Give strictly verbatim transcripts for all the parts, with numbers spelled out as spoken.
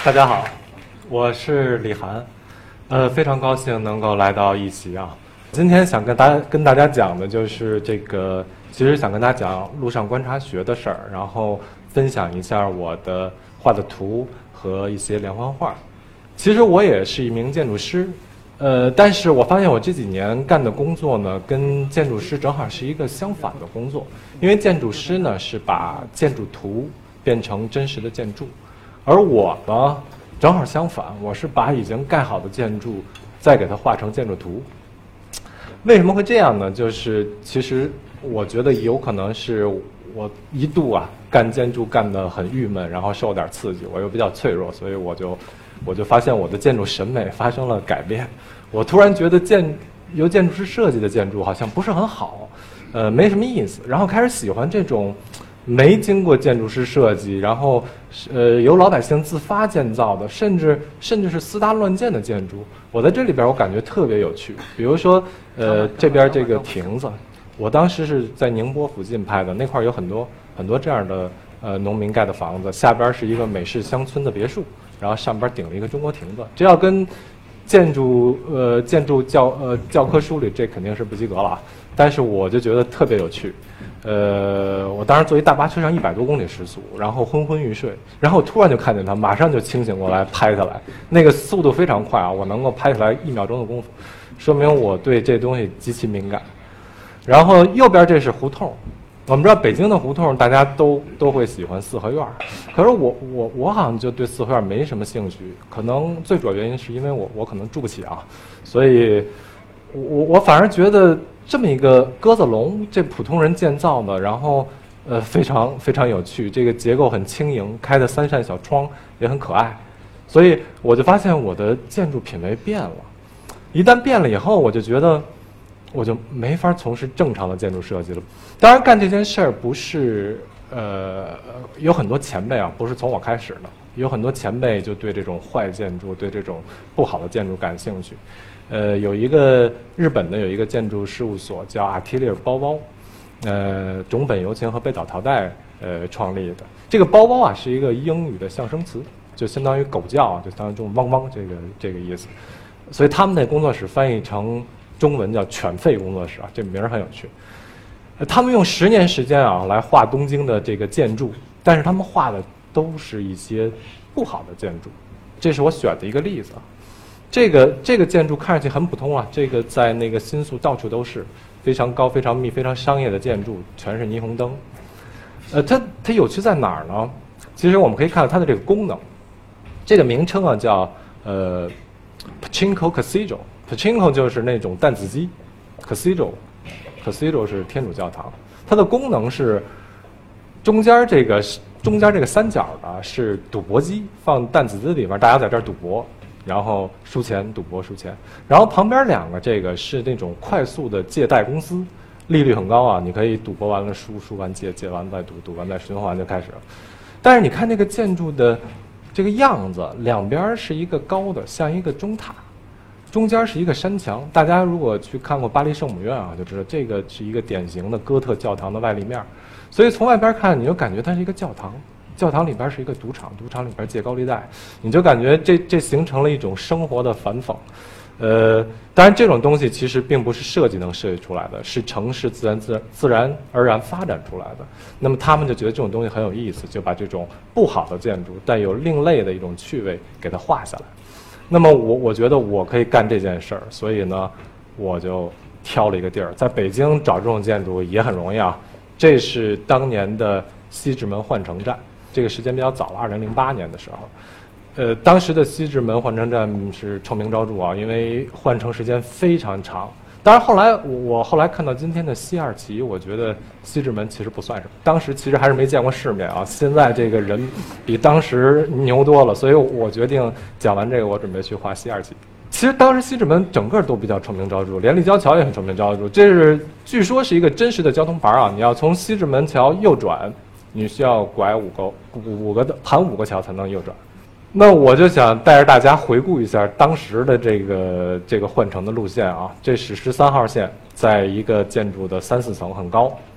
大家好，我是李涵，呃，非常高兴能够来到一席啊。今天想跟大家跟大家讲的就是这个，其实想跟大家讲陆上观察学的事儿，然后分享一下我的画的图和一些连环画。其实我也是一名建筑师，呃，但是我发现我这几年干的工作呢，跟建筑师正好是一个相反的工作，因为建筑师呢是把建筑图变成真实的建筑。而我呢，正好相反，我是把已经盖好的建筑再给它画成建筑图。为什么会这样呢？就是其实我觉得有可能是我一度啊干建筑干得很郁闷，然后受点刺激，我又比较脆弱，所以我就我就发现我的建筑审美发生了改变。我突然觉得建由建筑师设计的建筑好像不是很好，呃，没什么意思，然后开始喜欢这种没经过建筑师设计，然后呃由老百姓自发建造的，甚至甚至是私搭乱建的建筑。我在这里边我感觉特别有趣。比如说呃这边这个亭子，我当时是在宁波附近拍的，那块有很多很多这样的呃农民盖的房子，下边是一个美式乡村的别墅，然后上边顶了一个中国亭子。这要跟建筑呃建筑教呃教科书里这肯定是不及格了啊，但是我就觉得特别有趣。呃，我当时坐一大巴车上一百多公里时速，然后昏昏欲睡，然后我突然就看见他，马上就清醒过来拍下来，那个速度非常快啊，我能够拍下来一秒钟的功夫，说明我对这东西极其敏感。然后右边这是胡同，我们知道北京的胡同大家都都会喜欢四合院，可是我我我好像就对四合院没什么兴趣，可能最主要原因是因为我我可能住不起啊，所以我我反而觉得这么一个鸽子笼，这普通人建造的，然后呃非常非常有趣，这个结构很轻盈，开的三扇小窗也很可爱，所以我就发现我的建筑品味变了。一旦变了以后，我就觉得我就没法从事正常的建筑设计了。当然干这件事儿不是呃有很多前辈啊，不是从我开始的，有很多前辈就对这种坏建筑，对这种不好的建筑感兴趣。呃，有一个日本的有一个建筑事务所叫阿提利尔包包，呃，种本由情和北岛桃代呃创立的。这个包包啊是一个英语的象声词，就相当于狗叫啊，就相当于这种汪汪这个这个意思。所以他们那工作室翻译成中文叫犬吠工作室啊，这名儿很有趣。呃，他们用十年时间啊来画东京的这个建筑，但是他们画的都是一些不好的建筑，这是我选的一个例子啊。这个这个建筑看上去很普通啊，这个在那个新宿到处都是非常高、非常密、非常商业的建筑，全是霓虹灯。呃，它它有趣在哪儿呢？其实我们可以看到它的这个功能，这个名称啊叫呃 Pachinko Cathedral，Pachinko 就是那种弹子机 ，Cathedral Cathedral 是天主教堂，它的功能是中间这个中间这个三角呢是赌博机，放弹子机里面，大家在这儿赌博。然后输钱赌博输钱，然后旁边两个这个是那种快速的借贷公司，利率很高啊，你可以赌博完了输，输完借，借完再赌，赌完再循环就开始了。但是你看这个建筑的这个样子，两边是一个高的像一个钟塔，中间是一个山墙。大家如果去看过巴黎圣母院啊，就知道这个是一个典型的哥特教堂的外立面，所以从外边看你就感觉它是一个教堂。教堂里边是一个赌场，赌场里边借高利贷，你就感觉这这形成了一种生活的反讽。呃，当然这种东西其实并不是设计能设计出来的，是城市自然自然自然而然发展出来的。那么他们就觉得这种东西很有意思，就把这种不好的建筑带有另类的一种趣味给它画下来。那么我我觉得我可以干这件事儿，所以呢，我就挑了一个地儿，在北京找这种建筑也很容易啊。这是当年的西直门换乘站。这个时间比较早了，二零零八年的时候，呃，当时的西直门换乘站是臭名昭著啊，因为换乘时间非常长。当然后来我我后来看到今天的西二旗，我觉得西直门其实不算什么，当时其实还是没见过世面啊。现在这个人比当时牛多了，所以我决定讲完这个，我准备去画西二旗。其实当时西直门整个都比较臭名昭著，连立交桥也很臭名昭著。这是据说是一个真实的交通牌啊，你要从西直门桥右转。你需要拐五个五五个的盘五个桥才能右转，那我就想带着大家回顾一下当时的这个这个换乘的路线啊。这是十三号线，在一个建筑的三四层很高，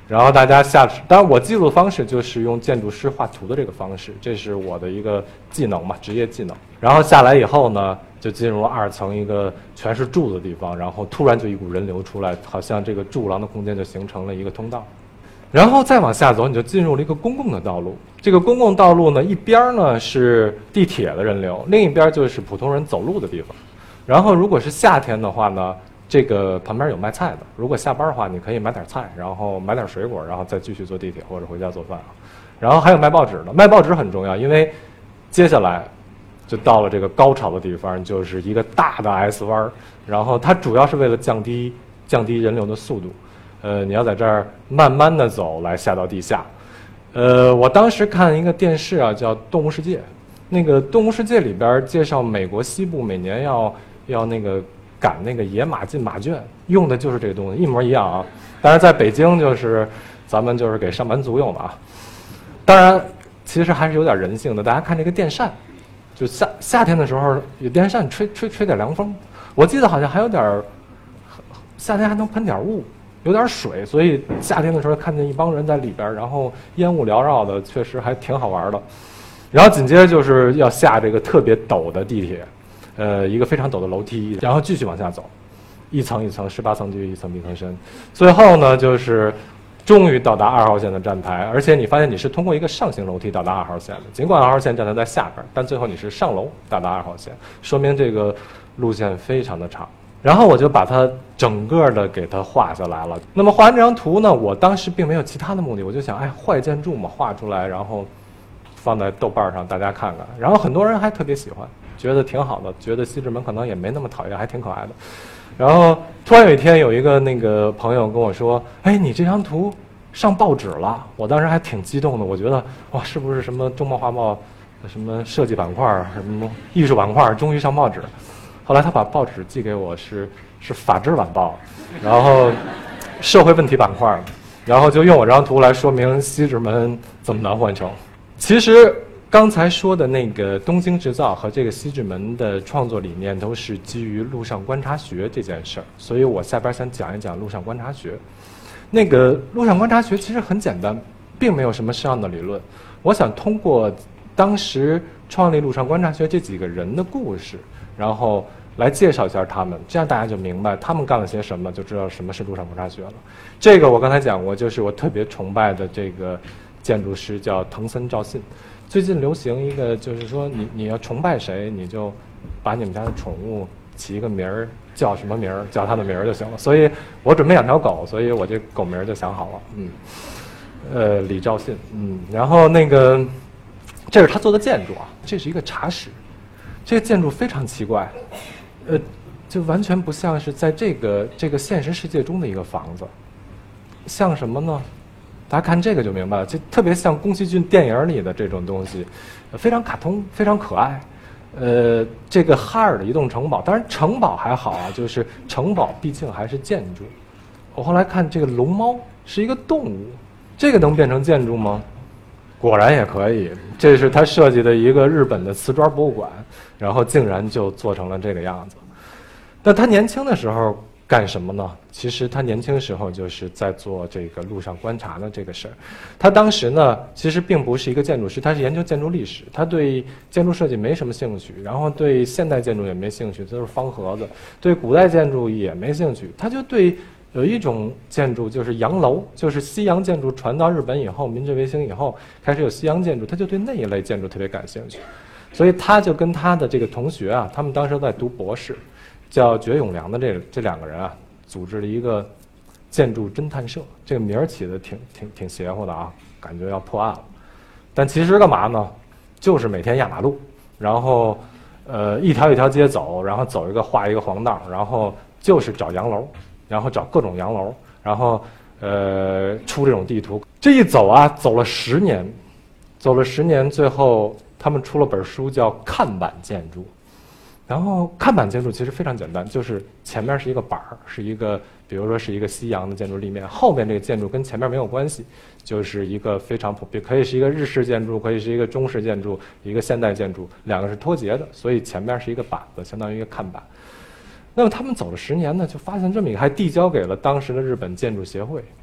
然后大家下，当然我记录方式就是用建筑师画图的这个方式，这是我的一个技能嘛，职业技能。然后下来以后呢，就进入二层一个全是柱子的地方，然后突然就一股人流出来，好像这个柱廊的空间就形成了一个通道。然后再往下走，你就进入了一个公共的道路。这个公共道路呢，一边呢是地铁的人流，另一边就是普通人走路的地方。然后如果是夏天的话呢，这个旁边有卖菜的，如果下班的话，你可以买点菜，然后买点水果，然后再继续坐地铁或者回家做饭啊。然后还有卖报纸的，卖报纸很重要，因为接下来就到了这个高潮的地方，就是一个大的 S 弯，然后它主要是为了降低降低人流的速度。呃，你要在这儿慢慢的走来下到地下。呃，我当时看一个电视啊，叫《动物世界》，那个《动物世界》里边介绍美国西部每年要要那个赶那个野马进马圈，用的就是这个东西，一模一样啊。但是在北京就是咱们就是给上班族用的啊。当然，其实还是有点人性的。大家看这个电扇，就夏夏天的时候有电扇吹吹吹点凉风，我记得好像还有点夏天还能喷点雾。有点水，所以夏天的时候看见一帮人在里边，然后烟雾缭绕的，确实还挺好玩的。然后紧接着就是要下这个特别陡的地铁，呃，一个非常陡的楼梯，然后继续往下走，一层一层，十八层地狱，一层比一层深。最后呢，就是终于到达二号线的站台，而且你发现你是通过一个上行楼梯到达二号线的，尽管二号线站台在下边，但最后你是上楼到达二号线，说明这个路线非常的长。然后我就把它整个的给它画下来了。那么画完这张图呢，我当时并没有其他的目的，我就想，哎，坏建筑嘛，画出来，然后放在豆瓣上大家看看。然后很多人还特别喜欢，觉得挺好的，觉得西直门可能也没那么讨厌，还挺可爱的。然后突然有一天，有一个那个朋友跟我说，哎，你这张图上报纸了。我当时还挺激动的，我觉得哇，是不是什么中国画报什么设计板块、什么艺术板块终于上报纸？后来他把报纸寄给我是是《法制晚报》，然后社会问题板块，然后就用我这张图来说明西直门怎么难完成。其实刚才说的那个东京制造和这个西直门的创作理念都是基于陆上观察学这件事儿，所以我下边想讲一讲陆上观察学。那个陆上观察学其实很简单，并没有什么实用的理论。我想通过当时创立陆上观察学这几个人的故事，然后来介绍一下他们，这样大家就明白他们干了些什么，就知道什么是陆上观察学了。这个我刚才讲过，就是我特别崇拜的这个建筑师叫藤森照信。最近流行一个，就是说你你要崇拜谁，你就把你们家的宠物起一个名儿，叫什么名儿，叫他的名儿就行了。所以我准备养条狗，所以我这狗名儿就想好了，嗯，呃，李照信，嗯，然后那个这是他做的建筑啊，这是一个茶室。这个建筑非常奇怪，呃，就完全不像是在这个这个现实世界中的一个房子，像什么呢？大家看这个就明白了，就特别像宫崎骏电影里的这种东西，非常卡通，非常可爱。呃，这个哈尔的移动城堡，当然城堡还好啊，就是城堡毕竟还是建筑。我后来看这个龙猫是一个动物，这个能变成建筑吗？果然也可以，这是他设计的一个日本的瓷砖博物馆，然后竟然就做成了这个样子。那他年轻的时候干什么呢？其实他年轻时候就是在做这个陆上观察的这个事儿。他当时呢，其实并不是一个建筑师，他是研究建筑历史，他对建筑设计没什么兴趣，然后对现代建筑也没兴趣，都是方盒子，对古代建筑也没兴趣，他就对有一种建筑就是洋楼，就是西洋建筑传到日本以后，明治维新以后开始有西洋建筑，他就对那一类建筑特别感兴趣，所以他就跟他的这个同学啊，他们当时在读博士，叫绝永良的这这两个人啊，组织了一个建筑侦探社，这个名儿起的挺挺挺邪乎的啊，感觉要破案了。但其实干嘛呢？就是每天压马路，然后呃一条一条街走，然后走一个画一个黄道，然后就是找洋楼。然后找各种洋楼，然后呃出这种地图。这一走啊，走了十年，走了十年，最后他们出了本书叫《看板建筑》。然后看板建筑其实非常简单，就是前面是一个板儿，是一个比如说是一个西洋的建筑立面，后面这个建筑跟前面没有关系，就是一个非常普遍，可以是一个日式建筑，可以是一个中式建筑，一个现代建筑，两个是脱节的，所以前面是一个板子，相当于一个看板。那么他们走了十年呢，就发现这么一个，还递交给了当时的日本建筑协会。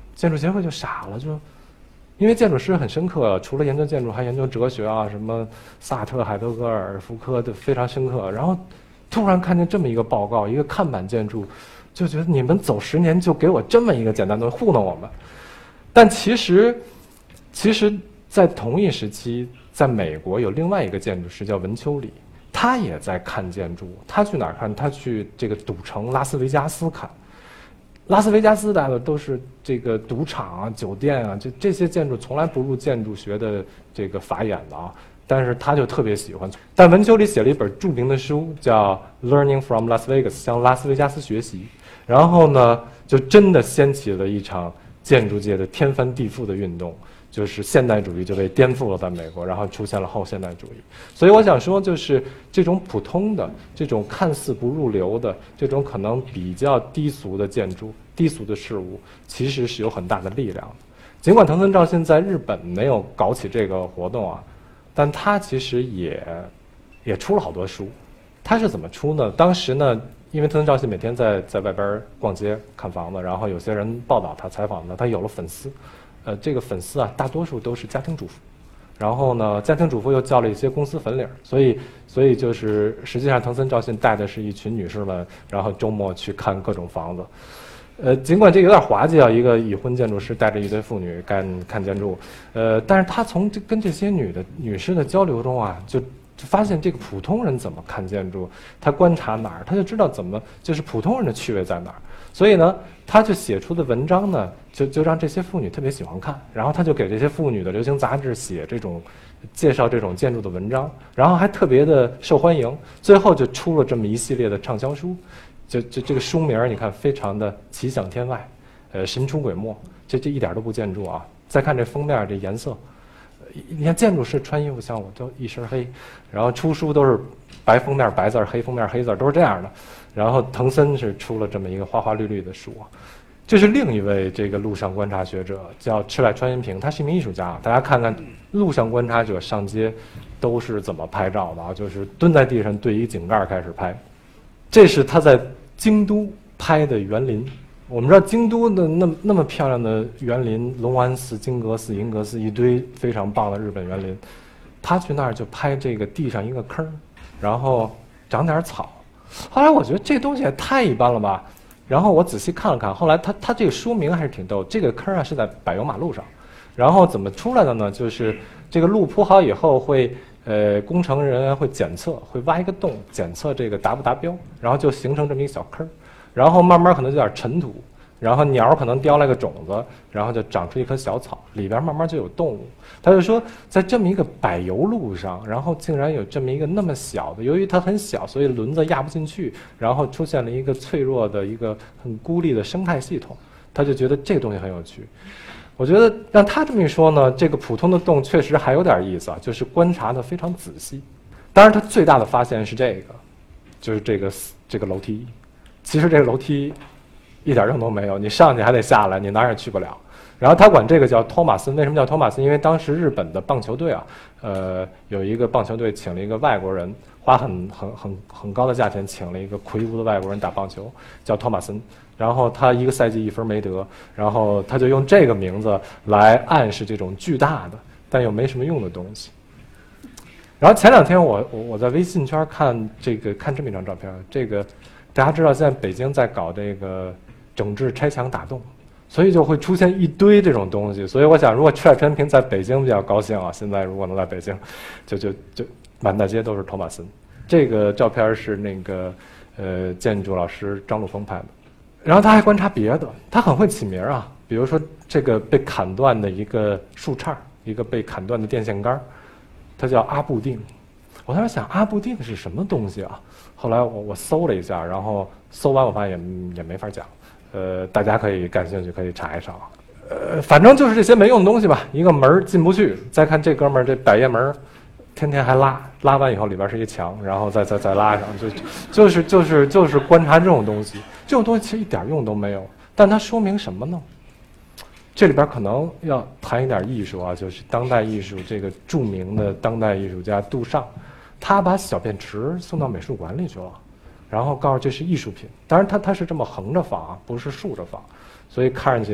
建筑协会就傻了，就因为建筑师很深刻，除了研究建筑，还研究哲学啊，什么萨特、海德格尔、福柯的非常深刻。然后突然看见这么一个报告，一个看板建筑，就觉得你们走十年就给我这么一个简单的糊弄我们。但其实，其实，在同一时期，在美国有另外一个建筑师叫文丘里，他也在看建筑。他去哪儿看？他去这个赌城拉斯维加斯看。拉斯维加斯的都是这个赌场啊、酒店啊，这这些建筑从来不入建筑学的这个法眼的啊。但是他就特别喜欢。但文丘里写了一本著名的书，叫《Learning from Las Vegas》，向拉斯维加斯学习。然后呢，就真的掀起了一场建筑界的天翻地覆的运动，就是现代主义就被颠覆了在美国，然后出现了后现代主义。所以我想说，就是这种普通的、这种看似不入流的、这种可能比较低俗的建筑、低俗的事物，其实是有很大的力量的。尽管藤村照信在日本没有搞起这个活动啊，但他其实也也出了好多书。他是怎么出呢？当时呢，因为藤村照信每天在在外边逛街看房子，然后有些人报道他、采访他，他有了粉丝。呃，这个粉丝啊，大多数都是家庭主妇，然后呢，家庭主妇又叫了一些公司粉领，所以，所以就是实际上藤村照信带的是一群女士们，然后周末去看各种房子。呃，尽管这有点滑稽啊，一个已婚建筑师带着一堆妇女干看建筑，呃，但是他从这跟这些女的女士的交流中啊，就就发现这个普通人怎么看建筑，他观察哪儿，他就知道怎么就是普通人的趣味在哪儿。所以呢，他就写出的文章呢，就就让这些妇女特别喜欢看，然后他就给这些妇女的流行杂志写这种介绍这种建筑的文章，然后还特别的受欢迎，最后就出了这么一系列的畅销书。就就这个书名你看非常的奇想天外，呃，神出鬼没，这这一点都不建筑啊。再看这封面这颜色，你看建筑师穿衣服像我都一身黑，然后出书都是白封面白字，黑封面黑字，都是这样的。然后藤森是出了这么一个花花绿绿的书，这是另一位这个陆上观察学者，叫赤濑川原平，他是一名艺术家。大家看看陆上观察者上街都是怎么拍照的啊？就是蹲在地上对一井盖开始拍。这是他在京都拍的园林。我们知道京都的那那么漂亮的园林，龙安寺、金阁寺、银阁寺，一堆非常棒的日本园林。他去那儿就拍这个地上一个坑，然后长点草。后来我觉得这东西也太一般了吧，然后我仔细看了看，后来他他这个说明还是挺逗。这个坑啊是在柏油马路上，然后怎么出来的呢？就是这个路铺好以后会，呃，工程人员会检测，会挖一个洞，检测这个达不达标，然后就形成这么一个小坑，然后慢慢可能就有点尘土，然后鸟可能叼来个种子，然后就长出一棵小草，里边慢慢就有动物。他就说，在这么一个柏油路上，然后竟然有这么一个那么小的，由于它很小，所以轮子压不进去，然后出现了一个脆弱的一个很孤立的生态系统。他就觉得这个东西很有趣。我觉得让他这么一说呢，这个普通的洞确实还有点意思啊，就是观察的非常仔细。当然，他最大的发现是这个，就是这个这个楼梯。其实这个楼梯一点用都没有，你上去还得下来，你哪儿也去不了。然后他管这个叫托马森，为什么叫托马森？因为当时日本的棒球队啊，呃，有一个棒球队请了一个外国人，花很很很很高的价钱请了一个魁梧的外国人打棒球，叫托马森。然后他一个赛季一分没得，然后他就用这个名字来暗示这种巨大的但又没什么用的东西。然后前两天我我我在微信圈看这个看这么一张照片，这个大家知道现在北京在搞这个整治拆墙打洞。所以就会出现一堆这种东西，所以我想，如果赤濑川平在北京比较高兴啊，现在如果能在北京，就就就满大街都是托马森。这个照片是那个呃建筑老师张陆峰拍的，然后他还观察别的，他很会起名啊，比如说这个被砍断的一个树杈，一个被砍断的电线杆，它叫阿布定。我当时想阿布定是什么东西啊？后来我我搜了一下，然后搜完我发现也也没法讲。呃，大家可以感兴趣可以查一查，呃，反正就是这些没用的东西吧。一个门进不去，再看这哥们儿这百叶门，天天还拉，拉完以后里边是一墙，然后再再再拉上，就就是就是就是观察这种东西，这种东西其实一点用都没有，但它说明什么呢？这里边可能要谈一点艺术啊，就是当代艺术这个著名的当代艺术家杜尚，他把小便池送到美术馆里去了。然后告诉这是艺术品，当然它它是这么横着放啊，不是竖着放，所以看上去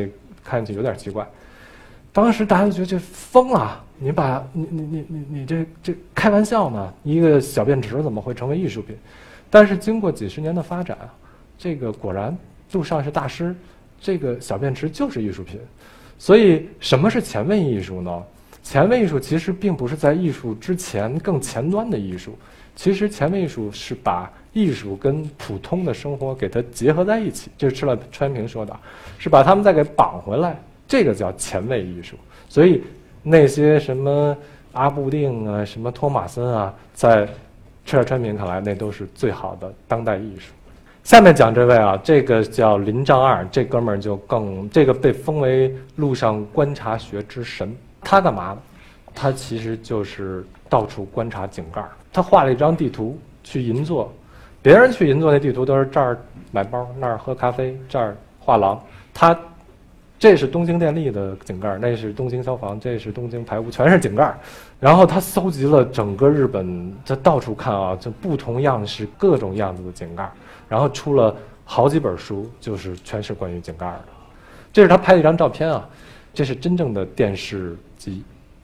看上去有点奇怪。当时大家都觉得这疯了，你把你你你你你这这开玩笑呢？一个小便池怎么会成为艺术品？但是经过几十年的发展，这个果然陆上是大师，这个小便池就是艺术品。所以什么是前卫艺术呢？前卫艺术其实并不是在艺术之前更前端的艺术，其实前卫艺术是把艺术跟普通的生活给它结合在一起，这是吃了川平说的，是把他们再给绑回来，这个叫前卫艺术。所以那些什么阿布定啊，什么托马森啊，在赤川平看来，那都是最好的当代艺术。下面讲这位啊，这个叫林丈二，这哥们儿就更这个被封为陆上观察学之神。他干嘛呢？他其实就是到处观察井盖。他画了一张地图去银座，别人去银座那地图都是这儿买包，那儿喝咖啡，这儿画廊。他这是东京电力的井盖，那是东京消防，这是东京排污，全是井盖。然后他搜集了整个日本，他到处看啊，就不同样式、各种样子的井盖。然后出了好几本书，就是全是关于井盖的。这是他拍的一张照片啊，这是真正的电视机。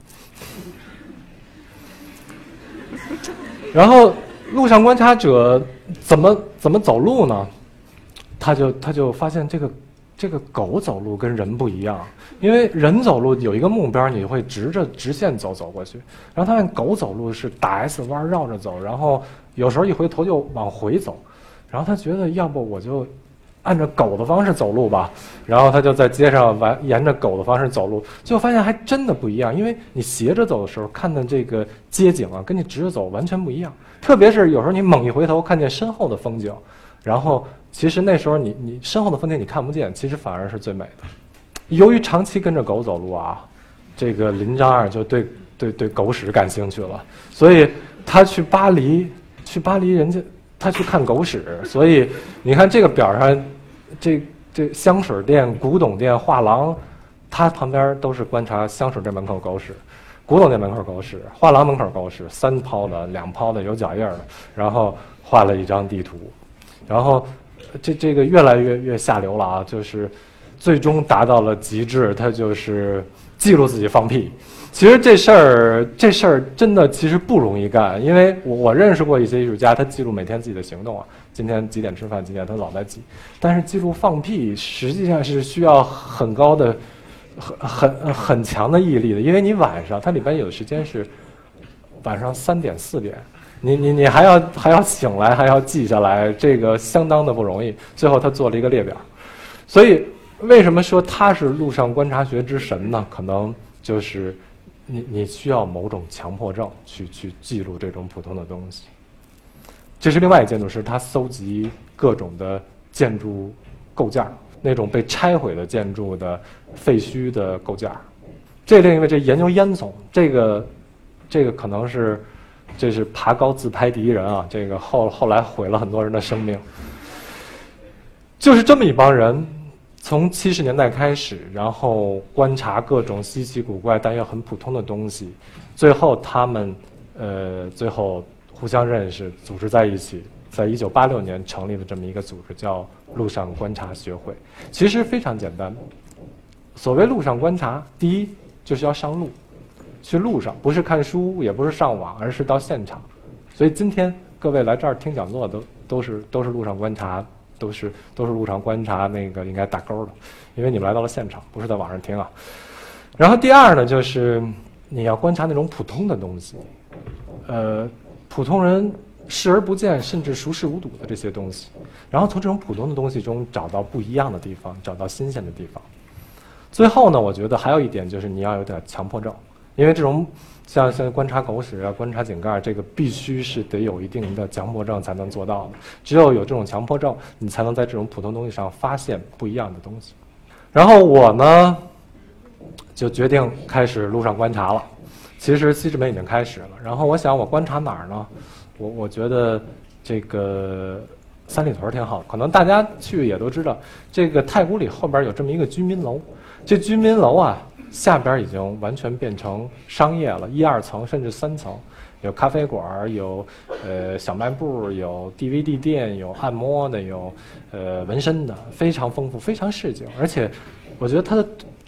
然后路上观察者怎么怎么走路呢？他就他就发现这个这个狗走路跟人不一样，因为人走路有一个目标，你会直着直线走走过去，然后他看狗走路是打 S 弯绕着走，然后有时候一回头就往回走。然后他觉得，要不我就按照狗的方式走路吧。然后他就在街上完沿着狗的方式走路，结果发现还真的不一样。因为你斜着走的时候，看的这个街景啊，跟你直着走完全不一样。特别是有时候你猛一回头，看见身后的风景，然后其实那时候你你身后的风景你看不见，其实反而是最美的。由于长期跟着狗走路啊，这个林丈二就对对对狗屎感兴趣了，所以他去巴黎，去巴黎人家。他去看狗屎，所以你看这个表上，这这香水店、古董店、画廊，他旁边都是观察香水店门口狗屎，古董店门口狗屎，画廊门口狗屎，三泡的、两泡的、有脚印的，然后画了一张地图，然后这这个越来越越下流了啊，就是最终达到了极致，他就是记录自己放屁。其实这事儿，这事儿真的其实不容易干，因为我我认识过一些艺术家，他记录每天自己的行动啊，今天几点吃饭，几点他老在记。但是记录放屁，实际上是需要很高的、很很很强的毅力的，因为你晚上，它里边有的时间是晚上三点四点，你你你还要还要醒来，还要记下来，这个相当的不容易。最后他做了一个列表，所以为什么说他是陆上观察学之神呢？可能就是。你你需要某种强迫症去去记录这种普通的东西。这是另外一建筑师，他搜集各种的建筑构件，那种被拆毁的建筑的废墟的构件。这另一位这研究烟囱，这个这个可能是这是爬高自拍第一人啊，这个后后来毁了很多人的生命。就是这么一帮人。从七十年代开始，然后观察各种稀奇古怪但又很普通的东西，最后他们，呃，最后互相认识，组织在一起，在一九八六年成立了这么一个组织，叫陆上观察学会。其实非常简单，所谓陆上观察，第一就是要上路，去路上，不是看书，也不是上网，而是到现场。所以今天各位来这儿听讲座都都是都是陆上观察。都是都是路上观察，那个应该打勾的，因为你们来到了现场，不是在网上听啊。然后第二呢，就是你要观察那种普通的东西，呃，普通人视而不见，甚至熟视无睹的这些东西，然后从这种普通的东西中找到不一样的地方，找到新鲜的地方。最后呢，我觉得还有一点就是你要有点强迫症，因为这种像像观察狗屎啊、观察井盖，这个必须是得有一定的强迫症才能做到的。只有有这种强迫症，你才能在这种普通东西上发现不一样的东西。然后我呢，就决定开始路上观察了。其实西直门已经开始了。然后我想，我观察哪儿呢？我我觉得这个三里屯挺好，可能大家去也都知道，这个太古里后边有这么一个居民楼。这居民楼啊。下边已经完全变成商业了，一二层甚至三层，有咖啡馆，有呃小卖部，有 D V D 店，有按摩的，有呃纹身的，非常丰富，非常市井。而且，我觉得它的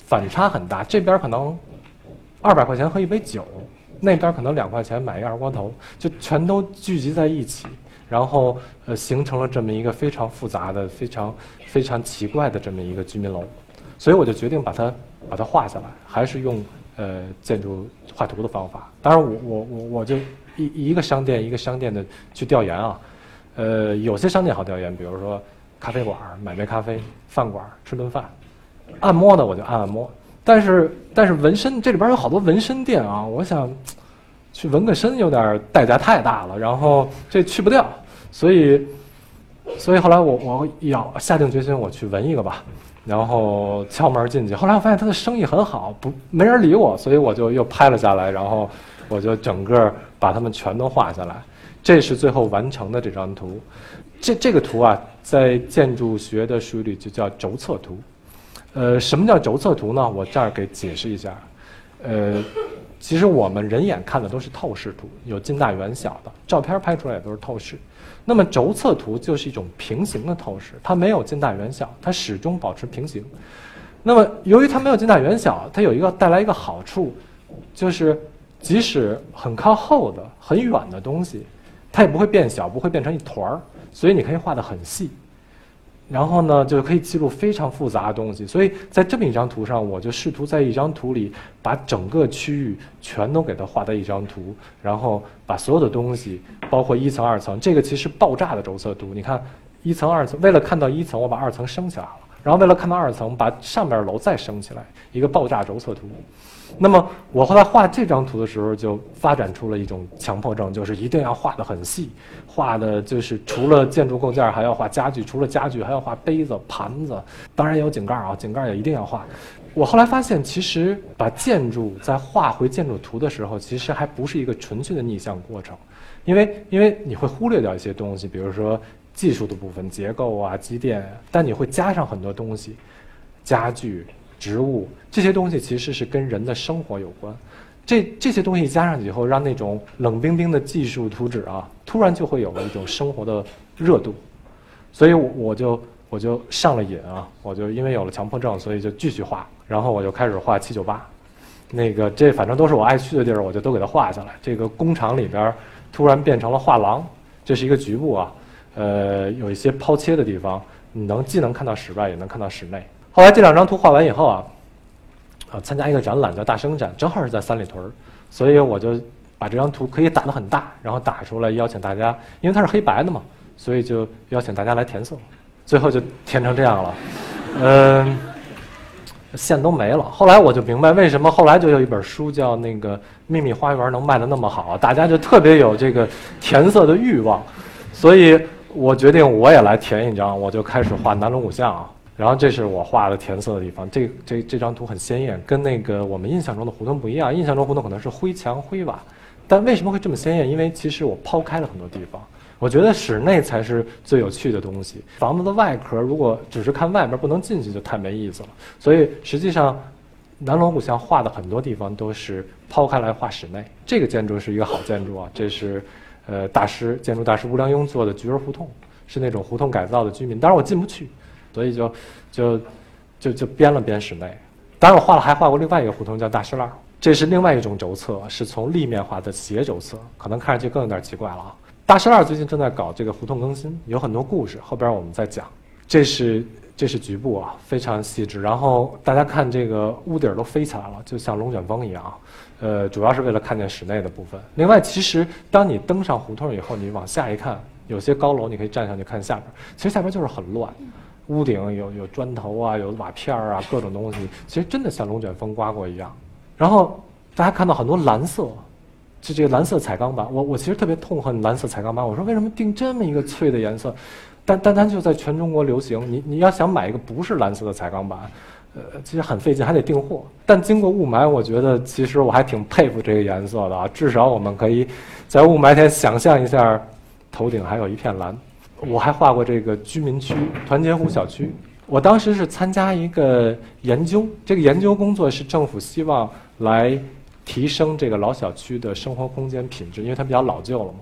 反差很大，这边可能二百块钱喝一杯酒，那边可能两块钱买一个二锅头，就全都聚集在一起，然后呃形成了这么一个非常复杂的、非常非常奇怪的这么一个居民楼，所以我就决定把它把它画下来，还是用呃建筑画图的方法。当然我我我我就一一个商店一个商店的去调研啊，呃有些商店好调研，比如说咖啡馆买杯咖啡，饭馆吃顿饭，按摩的我就按按摩。但是但是纹身这里边有好多纹身店啊，我想去纹个身有点代价太大了，然后这去不掉，所以所以后来我我要下定决心我去纹一个吧，然后敲门进去。后来我发现他的生意很好，不没人理我，所以我就又拍了下来，然后我就整个把它们全都画下来。这是最后完成的这张图。这这个图啊，在建筑学的术语里就叫轴测图。呃，什么叫轴测图呢？我这儿给解释一下。呃，其实我们人眼看的都是透视图，有近大远小的，照片拍出来也都是透视。那么轴测图就是一种平行的透视，它没有近大远小，它始终保持平行。那么由于它没有近大远小，它有一个带来一个好处，就是即使很靠后的、很远的东西，它也不会变小，不会变成一团儿，所以你可以画得很细。然后呢，就可以记录非常复杂的东西。所以在这么一张图上，我就试图在一张图里把整个区域全都给它画在一张图，然后把所有的东西，包括一层、二层，这个其实爆炸的轴测图。你看一层、二层，为了看到一层，我把二层升起来了，然后为了看到二层，把上面楼再升起来，一个爆炸轴测图。那么我后来画这张图的时候，就发展出了一种强迫症，就是一定要画得很细，画的就是除了建筑构件还要画家具，除了家具还要画杯子、盘子，当然也有井盖啊，井盖也一定要画。我后来发现，其实把建筑在画回建筑图的时候，其实还不是一个纯粹的逆向过程，因为因为你会忽略掉一些东西，比如说技术的部分、结构啊、机电啊，但你会加上很多东西，家具、植物这些东西其实是跟人的生活有关，这这些东西加上去以后，让那种冷冰冰的技术图纸啊，突然就会有了一种生活的热度，所以我我就我就上了瘾啊，我就因为有了强迫症，所以就继续画，然后我就开始画七九八，那个这反正都是我爱去的地儿，我就都给它画下来。这个工厂里边突然变成了画廊，这是一个局部啊，呃，有一些抛切的地方，你能既能看到室外，也能看到室内。后来这两张图画完以后啊，啊，参加一个展览叫大生展，正好是在三里屯，所以我就把这张图可以打得很大，然后打出来邀请大家，因为它是黑白的嘛，所以就邀请大家来填色，最后就填成这样了，嗯、呃，线都没了。后来我就明白为什么后来就有一本书叫那个《秘密花园》能卖得那么好，大家就特别有这个填色的欲望，所以我决定我也来填一张，我就开始画南锣鼓巷啊。然后这是我画的填色的地方，这这这张图很鲜艳，跟那个我们印象中的胡同不一样。印象中胡同可能是灰墙灰瓦，但为什么会这么鲜艳？因为其实我抛开了很多地方，我觉得室内才是最有趣的东西。房子的外壳如果只是看外边不能进去，就太没意思了。所以实际上，南锣鼓巷画的很多地方都是抛开来画室内。这个建筑是一个好建筑啊，这是呃大师建筑大师吴良镛做的菊儿胡同，是那种胡同改造的居民，当然我进不去。所以就就就就编了编室内，当然我画了还画过另外一个胡同叫大石栏，这是另外一种轴测，是从立面画的斜轴测，可能看上去更有点奇怪了啊。大石栏最近正在搞这个胡同更新，有很多故事，后边我们再讲。这是这是局部啊，非常细致。然后大家看这个屋顶都飞起来了，就像龙卷风一样。呃，主要是为了看见室内的部分。另外，其实当你登上胡同以后，你往下一看，有些高楼你可以站上去看下边，其实下边就是很乱。屋顶有有砖头啊，有瓦片啊，各种东西，其实真的像龙卷风刮过一样。然后大家看到很多蓝色，就这个蓝色彩钢板，我我其实特别痛恨蓝色彩钢板。我说为什么定这么一个脆的颜色？但但它就在全中国流行。你你要想买一个不是蓝色的彩钢板，呃，其实很费劲，还得订货。但经过雾霾，我觉得其实我还挺佩服这个颜色的啊。至少我们可以在雾霾天想象一下，头顶还有一片蓝。我还画过这个居民区团结湖小区，我当时是参加一个研究，这个研究工作是政府希望来提升这个老小区的生活空间品质，因为它比较老旧了嘛。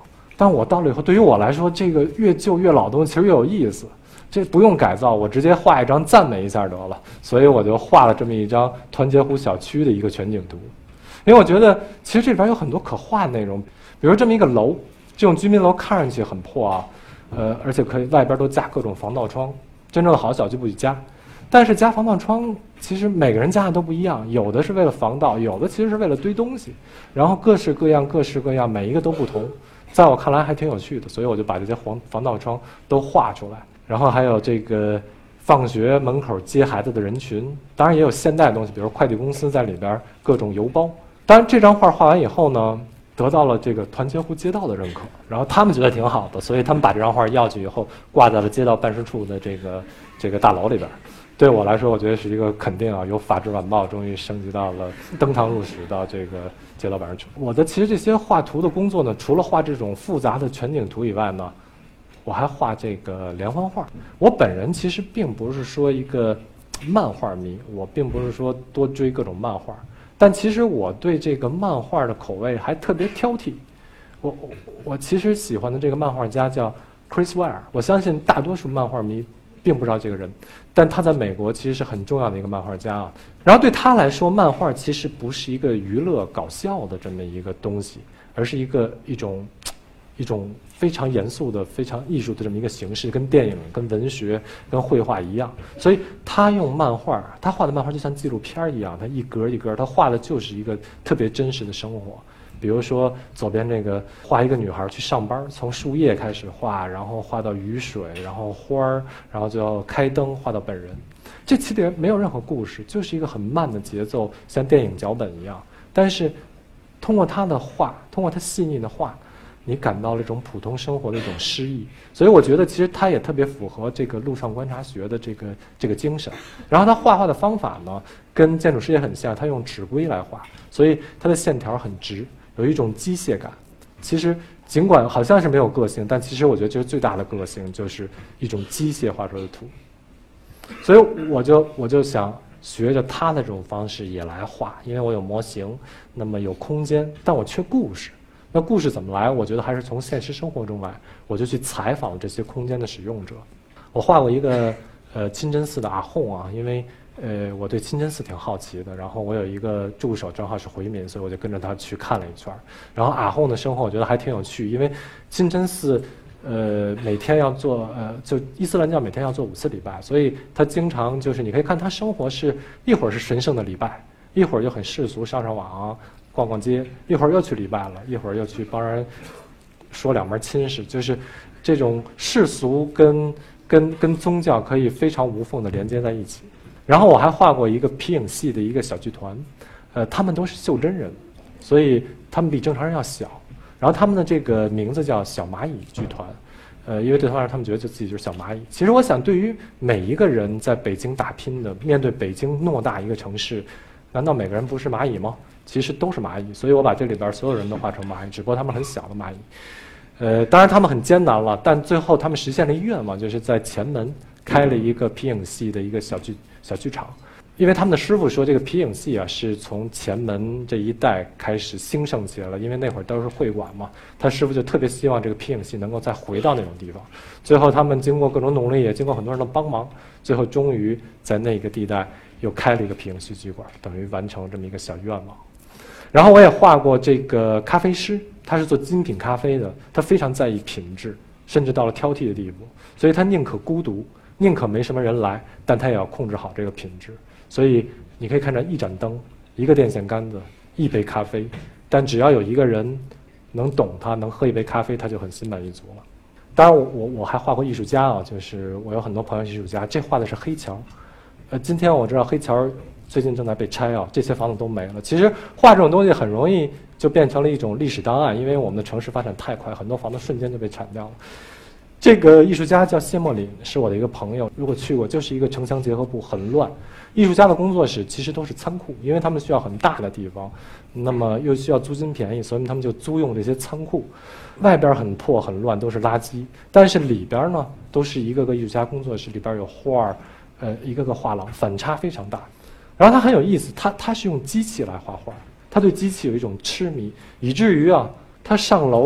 但我到了以后，对于我来说，这个越旧越老的东西其实越有意思。这不用改造，我直接画一张赞美一下得了。所以我就画了这么一张团结湖小区的一个全景图，因为我觉得其实这里边有很多可画的内容，比如这么一个楼，这种居民楼看上去很破啊，呃，而且可以外边都加各种防盗窗，真正的好小区不许加。但是加防盗窗，其实每个人加的都不一样，有的是为了防盗，有的其实是为了堆东西，然后各式各样，各式各样，每一个都不同。在我看来还挺有趣的，所以我就把这些防防盗窗都画出来。然后还有这个放学门口接孩子的人群，当然也有现代的东西，比如快递公司在里边各种邮包。当然这张画画完以后呢，得到了这个团结湖街道的认可，然后他们觉得挺好的，所以他们把这张画要去以后挂在了街道办事处的这个这个大楼里边。对我来说，我觉得是一个肯定啊，由法制晚报终于升级到了登堂入室到这个街道办事处。我的其实这些画图的工作呢，除了画这种复杂的全景图以外呢，我还画这个连环画。我本人其实并不是说一个漫画迷，我并不是说多追各种漫画，但其实我对这个漫画的口味还特别挑剔。我我我其实喜欢的这个漫画家叫 Chris Ware， 我相信大多数漫画迷并不知道这个人，但他在美国其实是很重要的一个漫画家啊。然后对他来说，漫画其实不是一个娱乐搞笑的这么一个东西，而是一个一种一种非常严肃的、非常艺术的这么一个形式，跟电影、跟文学、跟绘画一样。所以他用漫画，他画的漫画就像纪录片一样，他一格一格，他画的就是一个特别真实的生活。比如说左边这个画一个女孩去上班，从树叶开始画，然后画到雨水，然后花儿，然后最后开灯画到本人。这其实没有任何故事，就是一个很慢的节奏，像电影脚本一样。但是通过他的画，通过他细腻的画，你感到了一种普通生活的一种诗意。所以我觉得其实他也特别符合这个陆上观察学的这个这个精神。然后他画画的方法呢，跟建筑师也很像，他用纸规来画，所以他的线条很直，有一种机械感。其实尽管好像是没有个性，但其实我觉得这是最大的个性，就是一种机械画出的图。所以我就我就想学着他的这种方式也来画，因为我有模型，那么有空间，但我缺故事。那故事怎么来？我觉得还是从现实生活中来。我就去采访这些空间的使用者。我画过一个呃清真寺的阿訇啊，因为呃我对清真寺挺好奇的。然后我有一个助手正好是回民，所以我就跟着他去看了一圈。然后阿訇的生活我觉得还挺有趣，因为清真寺呃每天要做呃就伊斯兰教每天要做五次礼拜，所以他经常就是你可以看他生活是一会儿是神圣的礼拜，一会儿就很世俗，上上网逛逛街，一会儿又去礼拜了，一会儿又去帮人说两门亲事，就是这种世俗跟跟跟宗教可以非常无缝的连接在一起。然后我还画过一个皮影戏的一个小剧团，呃，他们都是袖珍人，所以他们比正常人要小。然后他们的这个名字叫小蚂蚁剧团，呃，因为对他们来说，他们觉得就自己就是小蚂蚁。其实我想，对于每一个人在北京打拼的，面对北京偌大一个城市，难道每个人不是蚂蚁吗？其实都是蚂蚁，所以我把这里边所有人都画成蚂蚁，只不过他们很小的蚂蚁。呃，当然他们很艰难了，但最后他们实现了一愿望，就是在前门开了一个皮影戏的一个小剧小剧场。因为他们的师傅说，这个皮影戏啊是从前门这一带开始兴盛起来了，因为那会儿都是会馆嘛，他师傅就特别希望这个皮影戏能够再回到那种地方。最后他们经过各种努力，也经过很多人的帮忙，最后终于在那个地带又开了一个皮影戏剧馆，等于完成这么一个小愿望。然后我也画过这个咖啡师，他是做精品咖啡的，他非常在意品质，甚至到了挑剔的地步，所以他宁可孤独，宁可没什么人来，但他也要控制好这个品质。所以你可以看着一盏灯，一个电线杆子，一杯咖啡，但只要有一个人能懂他，能喝一杯咖啡，他就很心满意足了。当然我我我还画过艺术家啊，就是我有很多朋友是艺术家，这画的是黑桥。呃，今天我知道黑桥最近正在被拆啊，这些房子都没了。其实画这种东西很容易就变成了一种历史档案，因为我们的城市发展太快，很多房子瞬间就被铲掉了。这个艺术家叫谢莫林，是我的一个朋友，如果去过，就是一个城乡结合部，很乱。艺术家的工作室其实都是仓库，因为他们需要很大的地方，那么又需要租金便宜，所以他们就租用这些仓库。外边很破很乱，都是垃圾，但是里边呢都是一个个艺术家工作室，里边有画儿，呃，一个个画廊，反差非常大。然后他很有意思，他他是用机器来画画，他对机器有一种痴迷，以至于啊，他上楼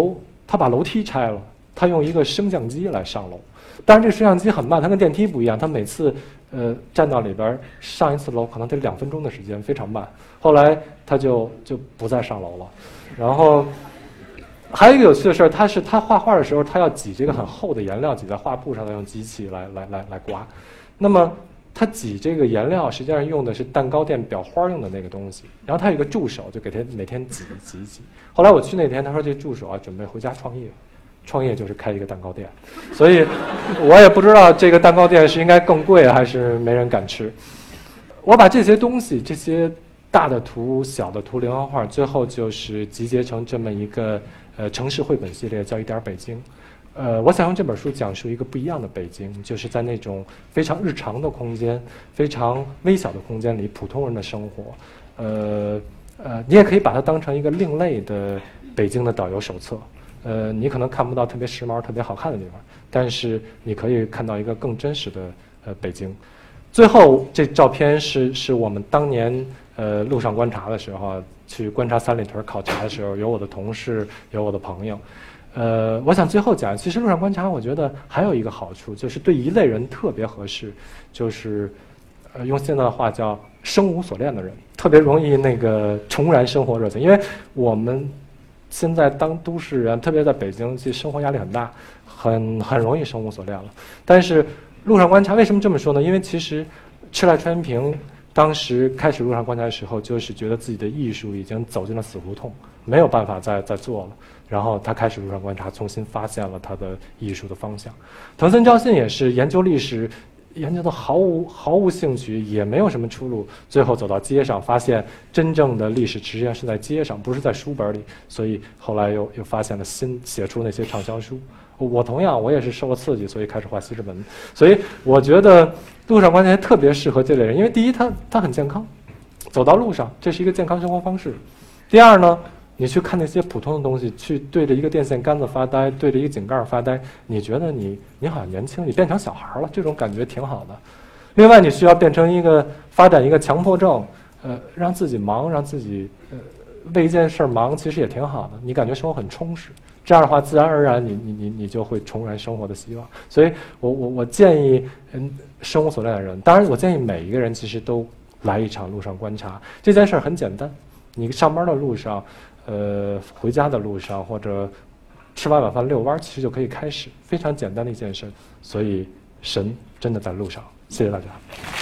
他把楼梯拆了，他用一个升降机来上楼。当然，这个升降机很慢，它跟电梯不一样，他每次呃站到里边上一次楼可能得两分钟的时间，非常慢。后来他就就不再上楼了。然后还有一个有趣的事儿，他是他画画的时候，他要挤这个很厚的颜料挤在画布上，再用机器来来来来刮。那么他挤这个颜料，实际上用的是蛋糕店裱花用的那个东西。然后他有一个助手，就给他每天挤挤挤。后来我去那天，他说这助手啊准备回家创业。创业就是开一个蛋糕店，所以我也不知道这个蛋糕店是应该更贵还是没人敢吃。我把这些东西，这些大的图、小的图、连环画，最后就是集结成这么一个呃城市绘本系列，叫一点北京。呃，我想用这本书讲述一个不一样的北京，就是在那种非常日常的空间、非常微小的空间里，普通人的生活。呃呃，你也可以把它当成一个另类的北京的导游手册。呃，你可能看不到特别时髦、特别好看的地方，但是你可以看到一个更真实的呃北京。最后，这照片是是我们当年呃路上观察的时候，去观察三里屯考察的时候，有我的同事，有我的朋友。呃，我想最后讲，其实路上观察，我觉得还有一个好处，就是对一类人特别合适，就是呃用现在的话叫生无所恋的人，特别容易那个重燃生活热情，因为我们。现在当都市人，特别在北京，其实生活压力很大，很很容易生无所恋了。但是路上观察为什么这么说呢？因为其实赤濑川平当时开始路上观察的时候，就是觉得自己的艺术已经走进了死胡同，没有办法再再做了。然后他开始路上观察，重新发现了他的艺术的方向。藤森昭信也是研究历史。研究的毫无毫无兴趣，也没有什么出路，最后走到街上，发现真正的历史实际上是在街上，不是在书本里。所以后来又又发现了新，写出那些畅销书。我同样，我也是受了刺激，所以开始画西直门。所以我觉得路上观察特别适合这类人，因为第一，他他很健康，走到路上，这是一个健康生活方式。第二呢，你去看那些普通的东西，去对着一个电线杆子发呆，对着一个井盖发呆，你觉得你你好像年轻，你变成小孩了，这种感觉挺好的。另外，你需要变成一个发展一个强迫症，呃，让自己忙，让自己呃为一件事忙，其实也挺好的。你感觉生活很充实，这样的话，自然而然你你你你就会重燃生活的希望。所以我我我建议，嗯，生无所恋的人，当然我建议每一个人其实都来一场路上观察。这件事很简单，你上班的路上。呃，回家的路上或者吃完晚饭遛弯，其实就可以开始，非常简单的一件事。所以，神真的在路上。谢谢大家。